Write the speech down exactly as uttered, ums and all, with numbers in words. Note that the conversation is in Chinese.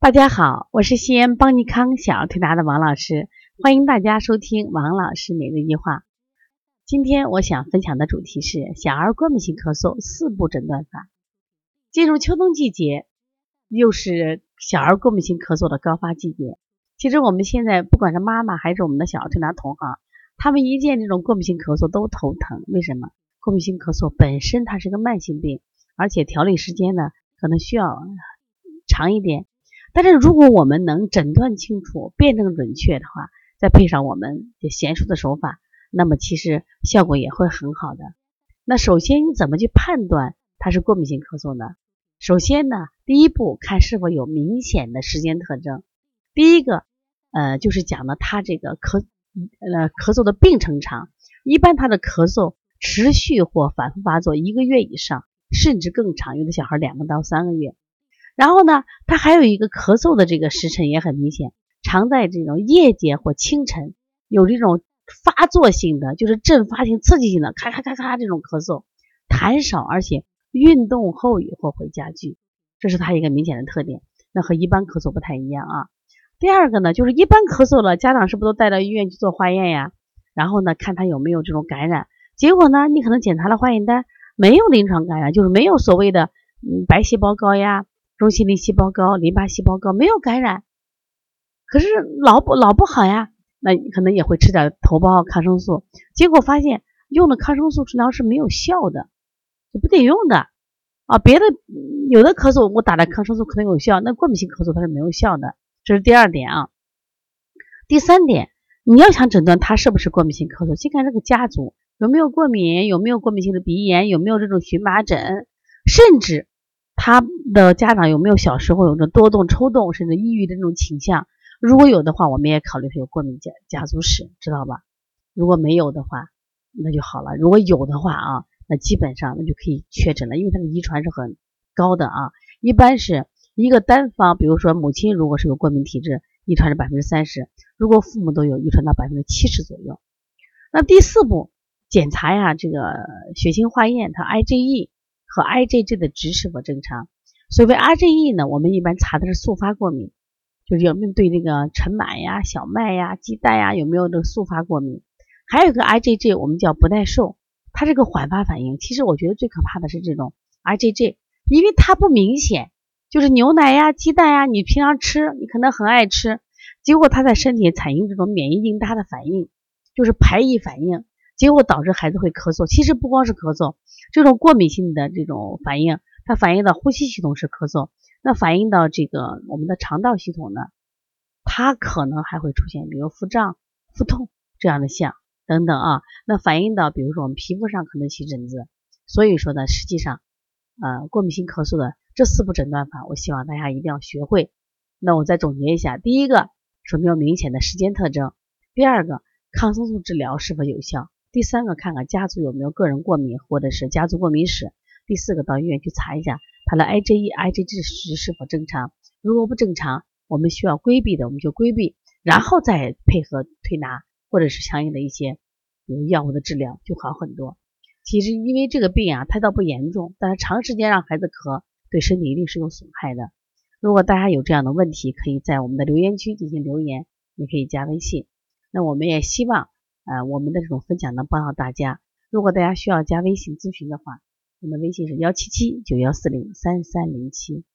大家好，我是西安邦尼康小儿推拿的王老师，欢迎大家收听王老师每日一话。今天我想分享的主题是小儿过敏性咳嗽四步诊断法。进入秋冬季节，又是小儿过敏性咳嗽的高发季节。其实我们现在不管是妈妈还是我们的小儿推拿同行，他们一见这种过敏性咳嗽都头疼。为什么？过敏性咳嗽本身它是个慢性病，而且调理时间呢可能需要长一点。但是如果我们能诊断清楚、辩证准确的话，再配上我们娴熟的手法，那么其实效果也会很好的。那首先你怎么去判断它是过敏性咳嗽呢？首先呢，第一步看是否有明显的时间特征。第一个，呃，就是讲了它这个咳呃咳嗽的病程长，一般它的咳嗽持续或反复发作一个月以上，甚至更长，有的小孩两个到三个月。然后呢，它还有一个咳嗽的这个时辰也很明显，常在这种夜间或清晨，有这种发作性的，就是阵发性、刺激性的，咔咔咔咔这种咳嗽，痰少，而且运动后以后会加剧，这是它一个明显的特点。那和一般咳嗽不太一样啊。第二个呢，就是一般咳嗽了，家长是不是都带到医院去做化验呀？然后呢，看他有没有这种感染。结果呢，你可能检查了化验单，没有临床感染，就是没有所谓的嗯白细胞高呀。中性粒细胞高、淋巴细胞高，没有感染，可是老不老不好呀，那可能也会吃点头孢抗生素，结果发现用的抗生素治疗是没有效的，就不得用的啊。别的有的咳嗽我打的抗生素可能有效，那过敏性咳嗽它是没有效的，这是第二点啊。第三点，你要想诊断它是不是过敏性咳嗽，先看这个家族有没有过敏，有没有过敏性的鼻炎，有没有这种荨麻疹，甚至他的家长有没有小时候有着多动、抽动甚至抑郁的这种倾向？如果有的话，我们也考虑他有过敏家家族史，知道吧？如果没有的话，那就好了。如果有的话啊，那基本上那就可以确诊了，因为它的遗传是很高的啊。一般是一个单方，比如说母亲如果是有过敏体质，遗传是百分之三十，如果父母都有，遗传到百分之七十左右。那第四步检查呀，这个血清化验，它 I G E。和 I G G 的值是否正常？所谓 I G E 呢，我们一般查的是速发过敏，就是有没有对这个陈螨呀、小麦呀、鸡蛋呀有没有这个速发过敏。还有一个 I G G 我们叫不耐受，它这个缓发反应。其实我觉得最可怕的是这种 I G G， 因为它不明显，就是牛奶呀、鸡蛋呀，你平常吃，你可能很爱吃，结果它在身体产生这种免疫应答的反应，就是排异反应，结果导致孩子会咳嗽。其实不光是咳嗽，这种过敏性的这种反应，它反映到呼吸系统是咳嗽，那反映到这个我们的肠道系统呢，它可能还会出现比如腹胀、腹痛这样的象等等啊。那反映到比如说我们皮肤上可能起疹子。所以说呢，实际上呃，过敏性咳嗽的这四步诊断法，我希望大家一定要学会。那我再总结一下，第一个，说没有明显的时间特征；第二个，抗生素治疗是否有效；第三个，看看家族有没有个人过敏或者是家族过敏史；第四个，到医院去查一下他的 I G E、I G G 值是否正常。如果不正常，我们需要规避的我们就规避，然后再配合推拿或者是相应的一些比如药物的治疗，就好很多。其实因为这个病啊，它倒不严重，但是长时间让孩子咳，对身体一定是有损害的。如果大家有这样的问题，可以在我们的留言区进行留言，也可以加微信。那我们也希望呃，我们的这种分享能帮到大家。如果大家需要加微信咨询的话，我们的微信是一七七九一四零三三零七。